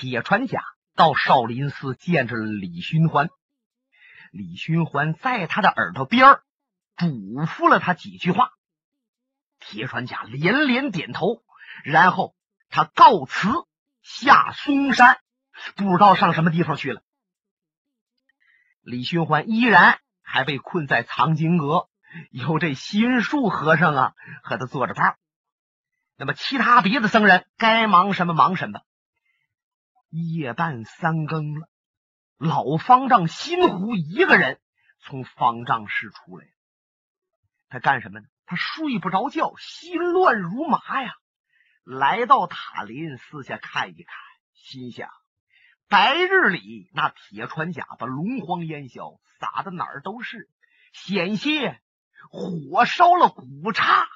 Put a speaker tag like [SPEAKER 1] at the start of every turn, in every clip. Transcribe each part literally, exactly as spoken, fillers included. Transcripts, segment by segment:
[SPEAKER 1] 铁船甲到少林寺见着了李寻欢。李寻欢在他的耳朵边嘱咐了他几句话，铁船甲连连点头，然后他告辞下嵩山，不知道上什么地方去了。李寻欢依然还被困在藏经阁，有这心术和尚啊和他做着伴。那么其他别的僧人该忙什么忙什么。夜半三更了，老方丈心湖一个人从方丈室出来，他干什么呢？他睡不着觉，心乱如麻呀。来到塔林四下看一看，心想白日里那铁船甲把龙荒烟消撒的哪儿都是，险些火烧了古刹，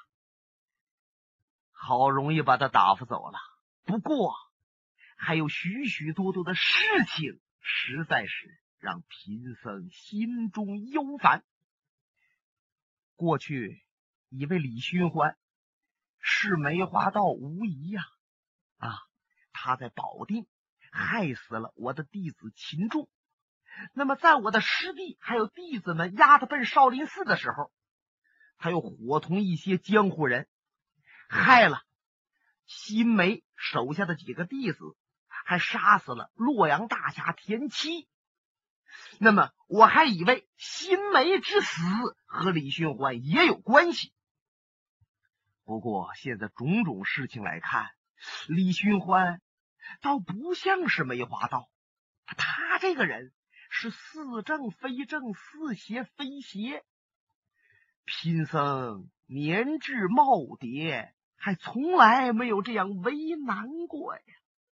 [SPEAKER 1] 好容易把他打发走了。不过还有许许多多的事情，实在是让贫僧心中忧烦。过去以为李寻欢是梅花道无疑呀、啊，啊，他在保定害死了我的弟子秦仲。那么在我的师弟还有弟子们押他奔少林寺的时候，他又伙同一些江湖人害了新梅手下的几个弟子，还杀死了洛阳大侠田七。那么我还以为新梅之死和李寻欢也有关系，不过现在种种事情来看，李寻欢倒不像是梅花道，他这个人是似正非正，似邪非邪。贫僧年至耄耋，还从来没有这样为难过呀。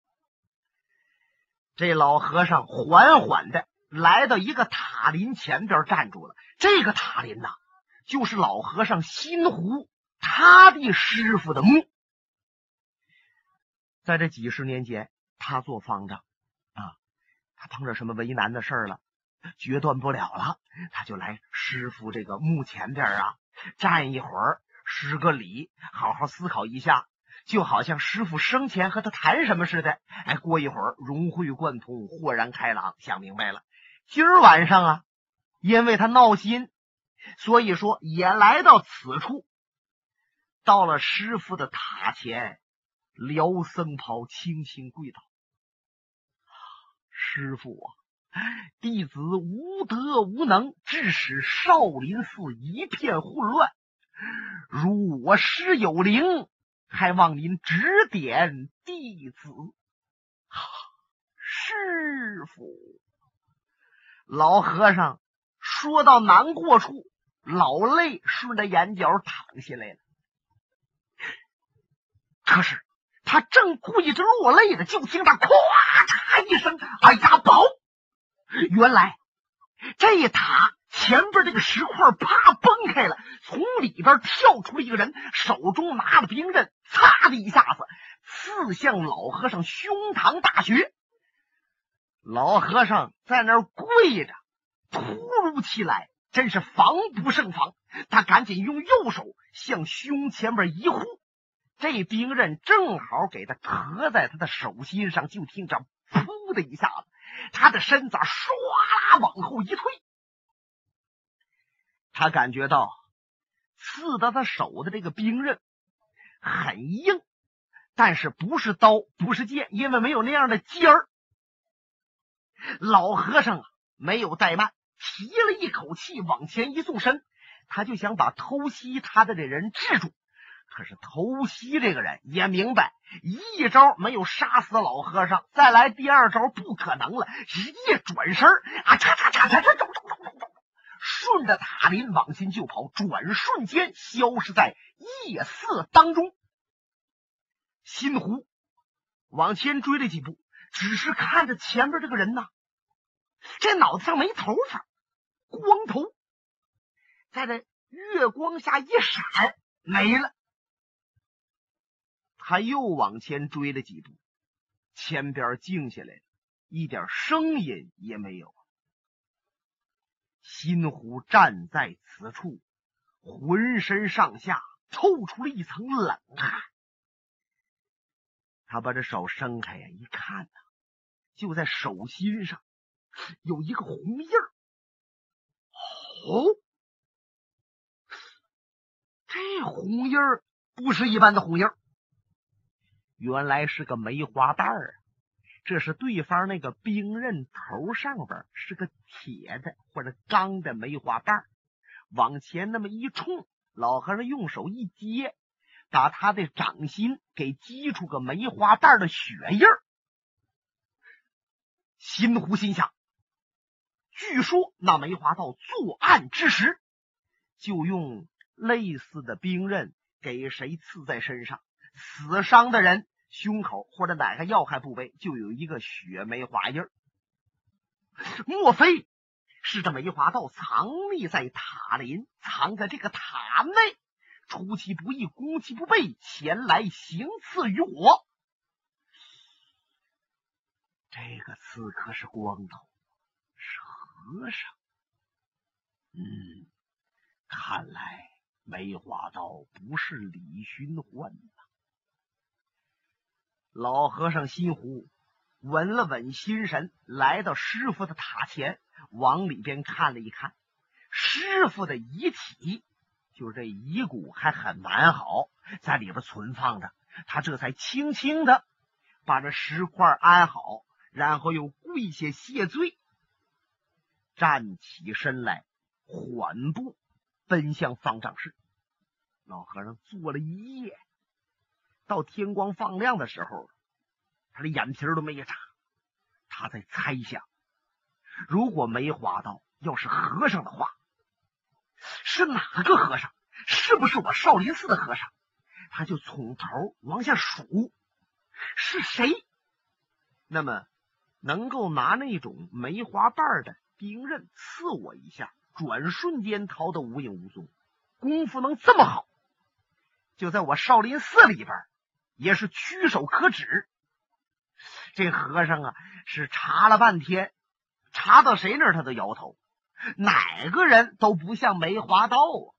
[SPEAKER 1] 这老和尚缓缓的来到一个塔林前边站住了。这个塔林呐，就是老和尚心湖他的师傅的墓。在这几十年前，他做方丈啊，他碰着什么为难的事儿了，决断不了了，他就来师傅这个墓前边啊站一会儿，施个礼，好好思考一下，就好像师傅生前和他谈什么似的。哎，过一会儿融会贯通，豁然开朗，想明白了。今儿晚上啊，因为他闹心，所以说也来到此处。到了师傅的塔前，撩僧袍，轻轻跪倒：师傅啊，弟子无德无能，致使少林寺一片混乱，如我师有灵，还望您指点弟子。师傅，老和尚说到难过处，老泪顺着眼角淌下来了。可是他正跪着落泪的，就听他咵嚓一声，哎呀宝！原来这塔前边这个石块啪崩开了，从里边跳出了一个人，手中拿着兵刃，擦的一下子刺向老和尚胸膛大穴。老和尚在那儿跪着，突如其来，真是防不胜防。他赶紧用右手向胸前边一护，这兵刃正好给他磕在他的手心上，就听着噗的一下子，他的身子唰啦往后一退。他感觉到刺到他手的这个兵刃很硬，但是不是刀不是剑，因为没有那样的尖儿。老和尚啊没有怠慢，提了一口气往前一纵身，他就想把偷袭他的这人制住。可是偷袭这个人也明白，一招没有杀死老和尚，再来第二招不可能了。一转身啊，嚓嚓嚓嚓嚓，走走走走走，顺着塔林往前就跑，转瞬间消失在夜色当中。心湖往前追了几步，只是看着前边这个人呐，这脑子上没头发，光头，在这月光下一闪没了。他又往前追了几步，前边静下来了，一点声音也没有。心湖站在此处，浑身上下透出了一层冷汗。他把这手伸开呀，一看呐， 就在手心上有一个红印儿。哦，这红印儿不是一般的红印儿，原来是个梅花瓣儿。这是对方那个兵刃头上边是个铁的或者钢的梅花瓣，往前那么一冲，老和尚用手一接，把他的掌心给击出个梅花瓣的血印儿。新湖心想，据说那梅花道作案之时，就用类似的兵刃给谁刺在身上，死伤的人胸口或者哪个要害部位就有一个血梅花印儿。莫非是这梅花道藏匿在塔林，藏在这个塔内，出其不意，攻其不备，前来行刺于我？这个刺客是光头，是和尚。嗯，看来梅花道不是李寻欢呐。老和尚心湖稳了稳心神，来到师傅的塔前，往里边看了一看，师傅的遗体，就这遗骨还很完好，在里边存放着。他这才轻轻的把这石块安好，然后又跪下谢罪，站起身来，缓步奔向方丈室。老和尚坐了一夜，到天光放亮的时候，他的眼皮都没眨。他在猜想，如果梅花道要是和尚的话，是哪个和尚？是不是我少林寺的和尚？他就从头往下数，是谁？那么能够拿那种梅花瓣的兵刃刺我一下，转瞬间逃得无影无踪，功夫能这么好，就在我少林寺里边也是屈手可指。这和尚啊，是查了半天，查到谁那儿他都摇头，哪个人都不像梅花道啊。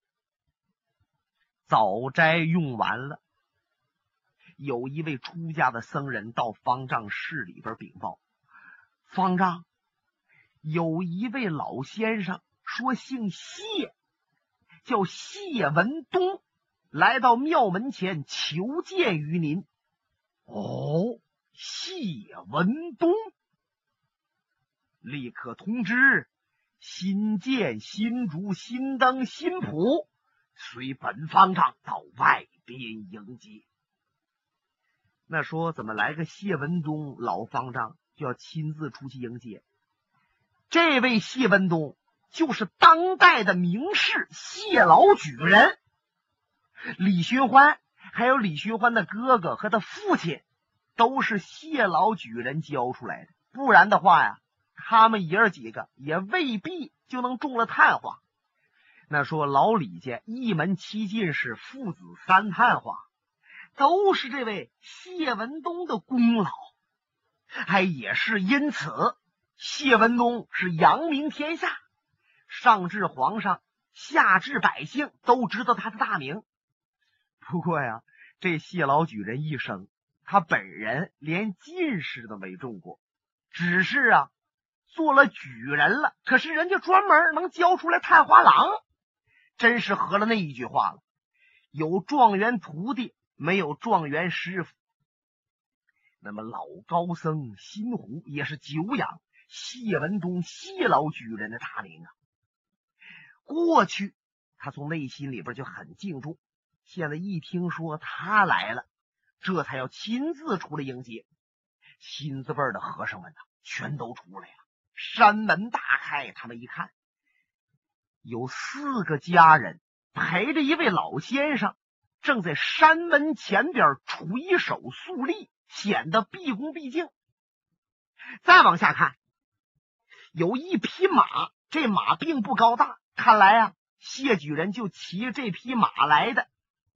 [SPEAKER 1] 早斋用完了，有一位出家的僧人到方丈室里边禀报，方丈，有一位老先生说姓谢，叫谢文东，来到庙门前求见于您。哦，谢文东，立刻通知新建新竹新灯新谱，随本方丈到外边迎接。那说怎么来个谢文东，老方丈就要亲自出去迎接？这位谢文东就是当代的名士谢老举人。李寻欢还有李寻欢的哥哥和他父亲都是谢老举人教出来的，不然的话呀，他们爷儿几个也未必就能中了探花。那说老李家一门七进士，父子三探花，都是这位谢文东的功劳。还也是因此，谢文东是扬名天下，上至皇上，下至百姓都知道他的大名。不过呀，这谢老举人一生，他本人连进士都没中过，只是啊做了举人了。可是人家专门能教出来探花郎，真是合了那一句话了，有状元徒弟，没有状元师傅。那么老高僧新湖也是久仰谢文东谢老举人的大名啊。过去他从内心里边就很敬重，现在一听说他来了，这才要亲自出来迎接。新字辈的和尚们呢，全都出来了，山门大开。他们一看，有四个家人陪着一位老先生，正在山门前边垂手肃立，显得毕恭毕敬。再往下看，有一匹马，这马并不高大，看来啊，谢举人就骑这匹马来的。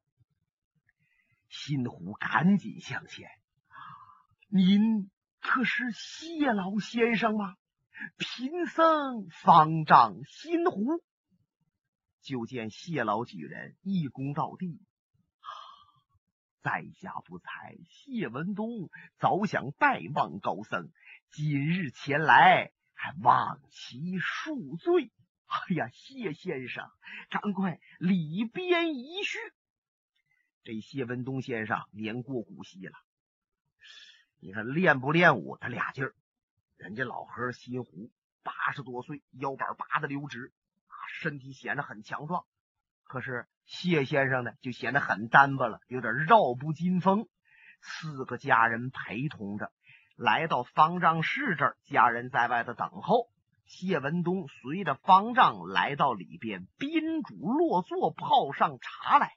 [SPEAKER 1] 新湖赶紧向前，您可是谢老先生吗？贫僧方丈新湖。就见谢老举人一躬到地， 在下不才，谢文东早想拜望高僧，今日前来，还望其恕罪。哎呀，谢先生，赶快里边一叙。这谢文东先生年过古稀了，你看练不练武他俩劲儿。人家老和尚新湖八十多岁，腰板拔的溜直啊，身体显得很强壮。可是谢先生呢，就显得很单薄了，有点绕不进风。四个家人陪同着来到方丈室这儿，家人在外头等候。谢文东随着方丈来到里边，宾主落座，泡上茶来。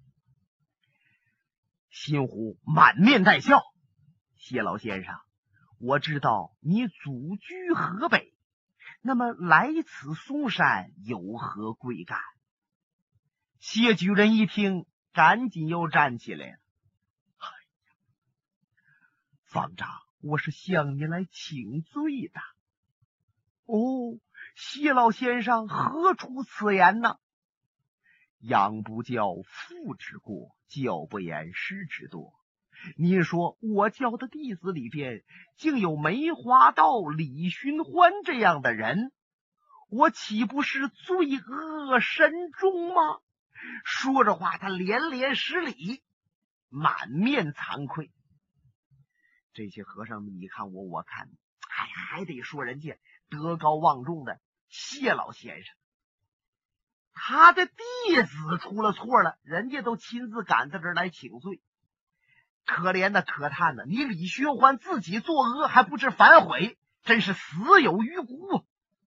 [SPEAKER 1] 新湖满面带笑：谢老先生，我知道你祖居河北，那么来此嵩山有何贵干？谢举人一听，赶紧又站起来了。哎呀，方丈，我是向你来请罪的。哦，谢老先生何出此言呢？养不教，父之过；教不严，师之惰。您说我教的弟子里边，竟有梅花道李寻欢这样的人，我岂不是罪恶深重吗？说着话，他连连施礼，满面惭愧。这些和尚们你看我我看，哎，还得说人家德高望重的谢老先生，他的弟子出了错了，人家都亲自赶到这儿来请罪。可怜的可叹的，你李寻欢自己作恶还不知反悔，真是死有余辜。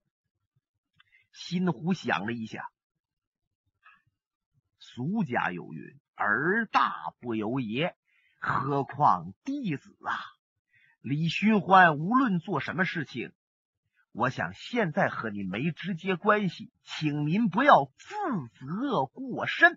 [SPEAKER 1] 新湖想了一下，俗家有云，儿大不由爷，何况弟子啊。李寻欢无论做什么事情，我想现在和你没直接关系，请您不要自责过甚。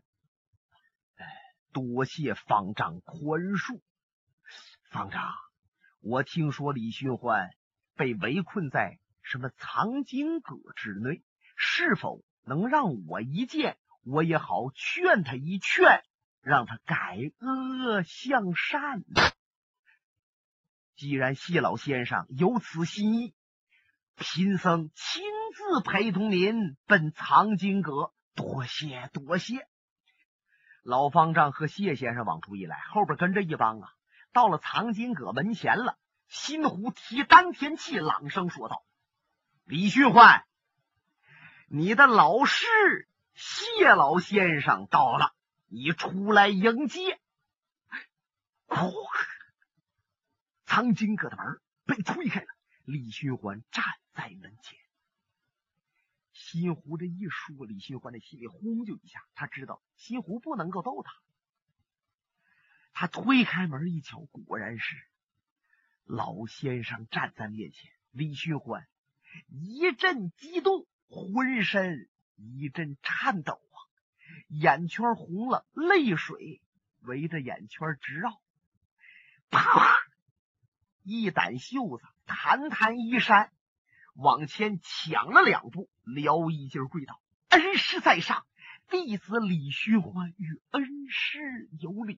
[SPEAKER 1] 多谢方丈宽恕。方丈，我听说李寻欢被围困在什么藏经阁之内，是否能让我一见，我也好劝他一劝，让他改恶向善呢？既然谢老先生有此心意，贫僧亲自陪同您奔藏经阁，多谢多谢。老方丈和谢先生往出一来，后边跟着一帮啊。到了藏经阁门前了，新湖提丹田气，朗声说道：李寻欢，你的老师谢老先生到了，你出来迎接。哭！藏经阁的门被推开了，李寻欢站在门前。新湖这一说，李寻欢的心里轰就一下，他知道新湖不能够逗他。他推开门一瞧，果然是老先生站在面前。李寻欢一阵激动，浑身一阵颤抖啊，眼圈红了，泪水围着眼圈直绕。啪！一掸袖子，弹弹衣衫，往前抢了两步，撩衣襟跪倒：恩师在上，弟子李寻欢与恩师有礼。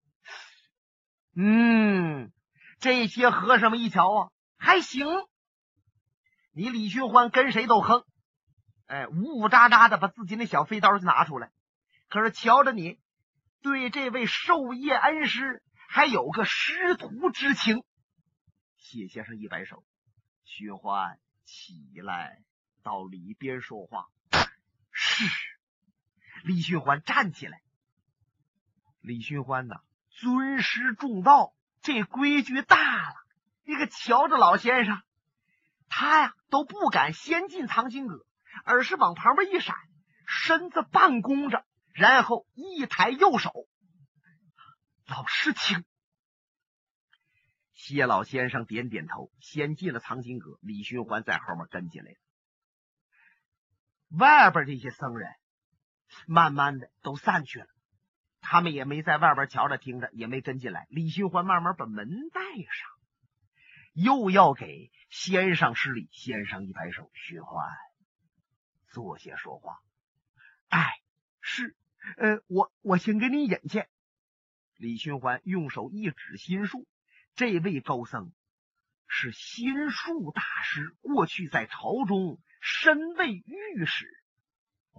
[SPEAKER 1] 嗯，这些和尚们一瞧啊，还行，你李寻欢跟谁都横，哎，呜呜喳喳的把自己那小飞刀就拿出来。可是瞧着你对这位授业恩师还有个师徒之情。谢先生一摆手：寻欢起来，到里边说话。是。李寻欢站起来。李寻欢呐，尊师重道，这规矩大了。你可瞧着老先生，他呀都不敢先进藏经阁，而是往旁边一闪，身子半弓着，然后一抬右手：老师请。谢老先生点点头，先进了藏经阁，李寻欢在后面跟进来了。外边这些僧人慢慢的都散去了，他们也没在外边瞧着听着，也没跟进来。李寻欢慢慢把门带上，又要给先生施礼。先生一摆手：寻欢，坐下说话。哎，是，呃，我我先给你引去。 李寻欢用手一指心术，这位高僧是心术大师，过去在朝中身为御史。哦，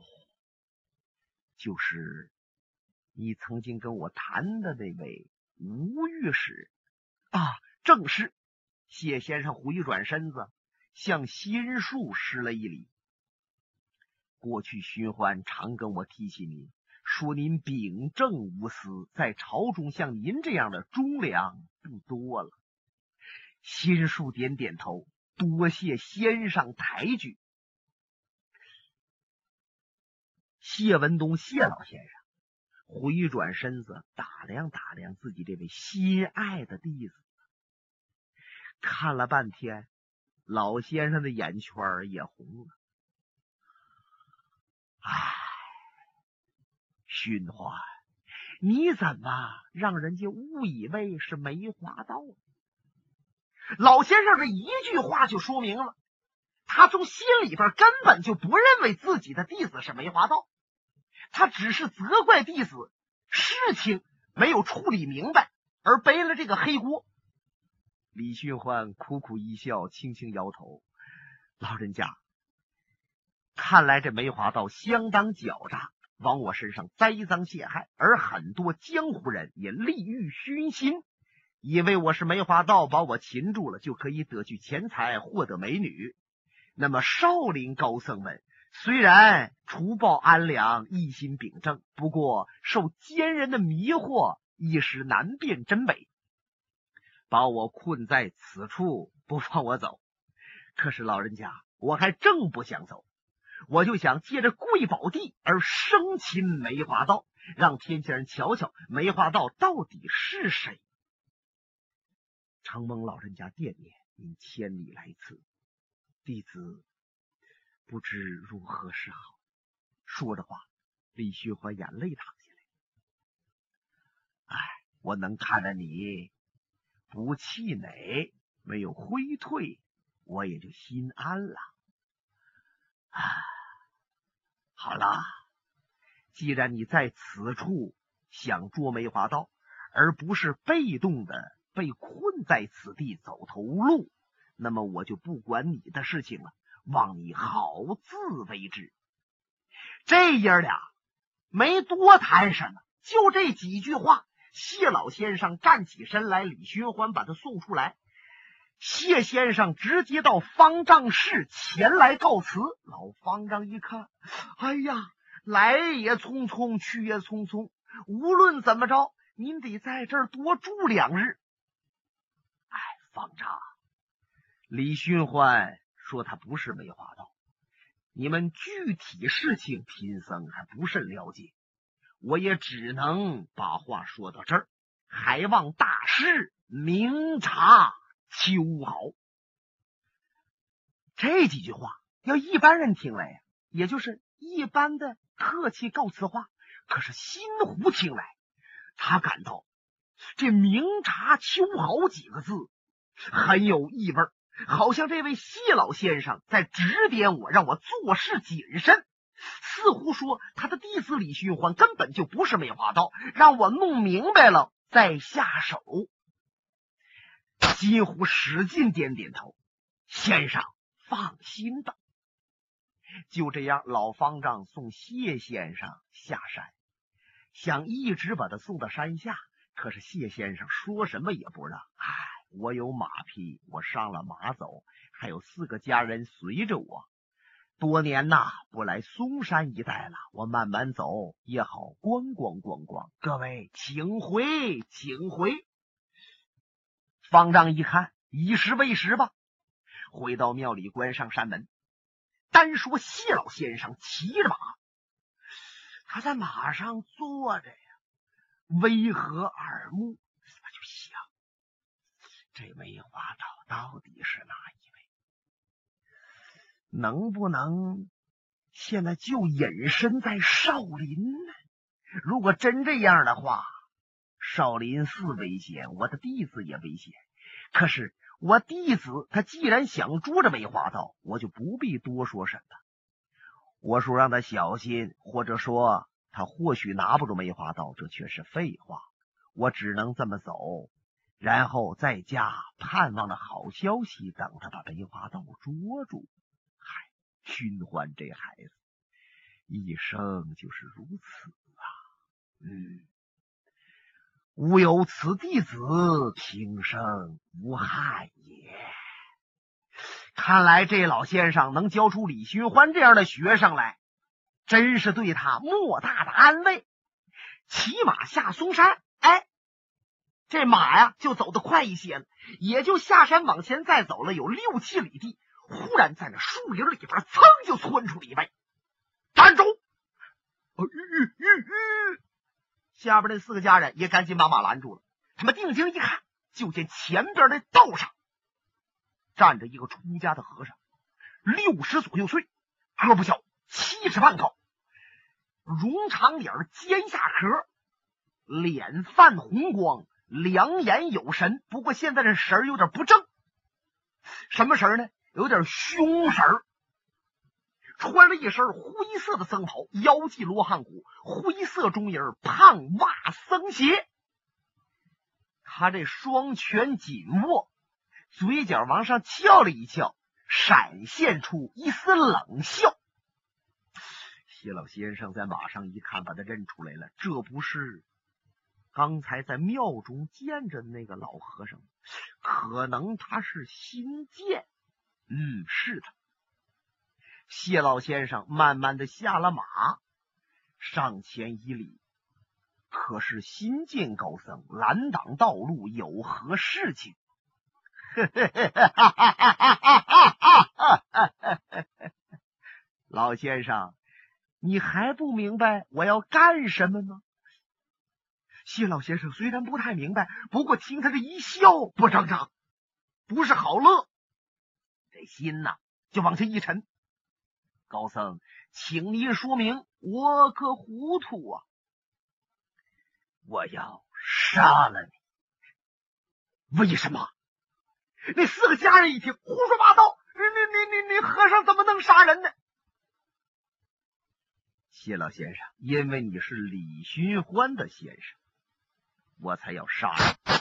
[SPEAKER 1] 就是你曾经跟我谈的那位吴御史啊，正是。谢先生回转身子，向心术施了一礼。过去寻欢常跟我提起您，说您秉正无私，在朝中像您这样的忠良不多了。心术点点头，多谢先生抬举。谢文东谢老先生回转身子，打量打量自己这位心爱的弟子，看了半天，老先生的眼圈也红了。唉，寻欢，你怎么让人家误以为是梅花道？老先生这一句话就说明了，他从心里边根本就不认为自己的弟子是梅花道，他只是责怪弟子事情没有处理明白，而背了这个黑锅。李寻欢苦苦一笑，轻轻摇头。老人家，看来这梅花道相当狡诈，往我身上栽赃陷害，而很多江湖人也利欲熏心，以为我是梅花道，把我擒住了就可以得去钱财，获得美女。那么少林高僧们虽然除暴安良，一心秉正，不过受奸人的迷惑，一时难辨真伪，把我困在此处不放我走。可是老人家，我还正不想走，我就想借着贵宝地而生擒梅花道，让天下人瞧瞧梅花道到底是谁。承蒙老人家惦念，您千里来此，弟子不知如何是好。说着话，李寻欢眼泪淌下来。哎，我能看着你不气馁，没有挥退，我也就心安了。啊，好了，既然你在此处想捉梅花道，而不是被动的被困在此地走投无路，那么我就不管你的事情了，望你好自为之。这爷俩没多谈什么，就这几句话，谢老先生站起身来，李寻欢把他送出来。谢先生直接到方丈室前来告辞。老方丈一看，哎呀，来也匆匆，去也匆匆，无论怎么着，您得在这儿多住两日。哎，方丈，李寻欢说他不是梅花道，你们具体事情贫僧还不甚了解，我也只能把话说到这儿，还望大师明察秋毫。这几句话要一般人听来呀，也就是一般的客气告辞话，可是新湖听来，他感到这明察秋毫几个字很有意味，好像这位谢老先生在指点我，让我做事谨慎，似乎说他的弟子李寻欢根本就不是梅花道，让我弄明白了再下手。金湖使劲点点头，先生放心吧。就这样，老方丈送谢先生下山，想一直把他送到山下，可是谢先生说什么也不让。哎，我有马匹，我上了马走，还有四个家人随着我，多年呐不来嵩山一带了，我慢慢走也好观光观光。各位请回请回。方丈一看，以时为时吧，回到庙里关上山门。单说谢老先生骑着马，他在马上坐着呀，微和耳目，他就想，这梅花道到底是哪一位？能不能现在就隐身在少林呢？如果真这样的话，少林寺危险，我的弟子也危险。可是我弟子他既然想捉着梅花道，我就不必多说什么。我说让他小心，或者说他或许拿不住梅花道，这却是废话。 我只能这么走，然后在家盼望着好消息，等他把梅花道捉住。嗨，寻欢这孩子一生就是如此啊。嗯，吾有此弟子，平生无憾也。看来这老先生能教出李寻欢这样的学生来，真是对他莫大的安慰。骑马下嵩山，哎，这马呀就走得快一些了，也就下山往前再走了有六七里地，忽然在那树林里边噌就窜出了一位，站住！呃吁吁吁！下边那四个家人也赶紧把马拦住了。他们定睛一看，就见前边的道上站着一个出家的和尚，六十左右岁，个不小，七尺半高，绒长脸，尖下壳，脸泛红光，两眼有神。不过现在这神儿有点不正，什么神儿呢？有点凶神儿。穿了一身灰色的僧袍，腰系罗汉骨，灰色中衣，胖袜僧鞋。他这双拳紧握，嘴角往上翘了一翘，闪现出一丝冷笑。谢老先生在马上一看，把他认出来了，这不是刚才在庙中见着那个老和尚，可能他是新见。嗯，是他。谢老先生慢慢的下了马，上前一礼，可是新见高僧拦挡道路，有何事情？老先生，你还不明白我要干什么吗？谢老先生虽然不太明白，不过听他这一笑，不正常，不是好乐，这心呐就往下一沉。高僧，请您说明，我可糊涂啊！我要杀了你！为什么？那四个家人一听，胡说八道！你你你你和尚怎么能杀人呢？谢老先生，因为你是李寻欢的先生，我才要杀你。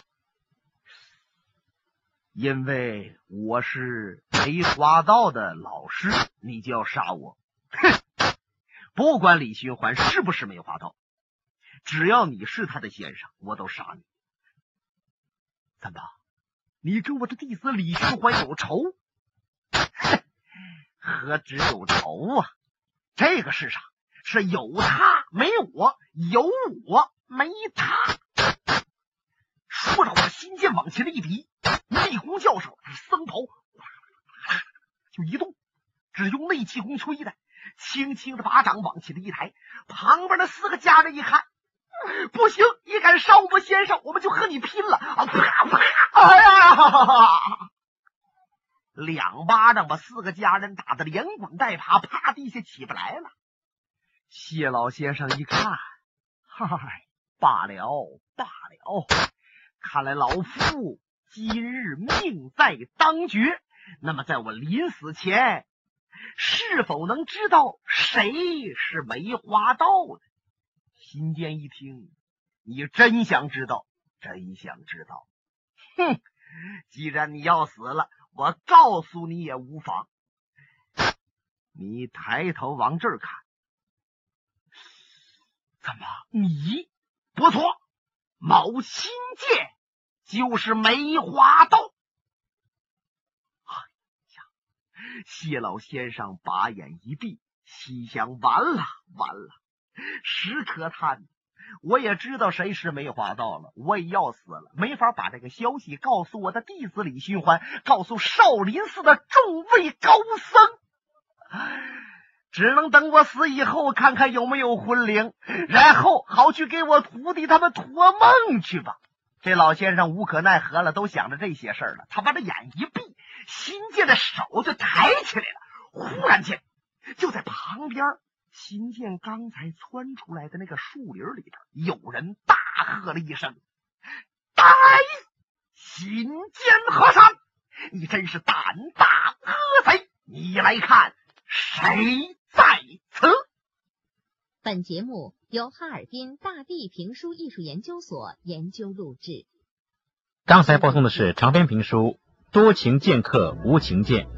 [SPEAKER 1] 因为我是梅花道的老师，你就要杀我。哼！不管李寻欢是不是梅花道，只要你是他的先生，我都杀你。怎么？你跟我的弟子李寻欢有仇？何止有仇啊！这个世上是有他没我，有我没他。说着，我新剑往前的一比，内功教授僧袍就一动，只用内气功吹的，轻轻的把掌往起的一抬。旁边的四个家人一看，不行，你敢杀我们先生，我们就和你拼了！啊，啪啪！哎呀！两巴掌把四个家人打得连滚带爬，趴地下起不来了。谢老先生一看，嗨，罢了罢了，看来老夫今日命在当绝。那么在我临死前，是否能知道谁是梅花道的？新剑一听，你真想知道，真想知道。哼，既然你要死了，我告诉你也无妨。你抬头往这儿看，怎么你不错，某新剑就是梅花道。哎呀，谢老先生把眼一闭，心想完了完了，实可叹，我也知道谁是梅花道了，我也要死了，没法把这个消息告诉我的弟子李寻欢，告诉少林寺的众位高僧，只能等我死以后看看有没有魂灵，然后好去给我徒弟他们托梦去吧。这老先生无可奈何了，都想着这些事儿了。他把这眼一闭，新剑的手就抬起来了。忽然间，就在旁边新剑刚才窜出来的那个树林里边，有人大喝了一声：“呆！新剑和尚，你真是胆大恶贼！你来看，谁在此？”
[SPEAKER 2] 本节目由哈尔滨大地评书艺术研究所研究录制。
[SPEAKER 3] 刚才播送的是长篇评书《多情剑客无情剑》。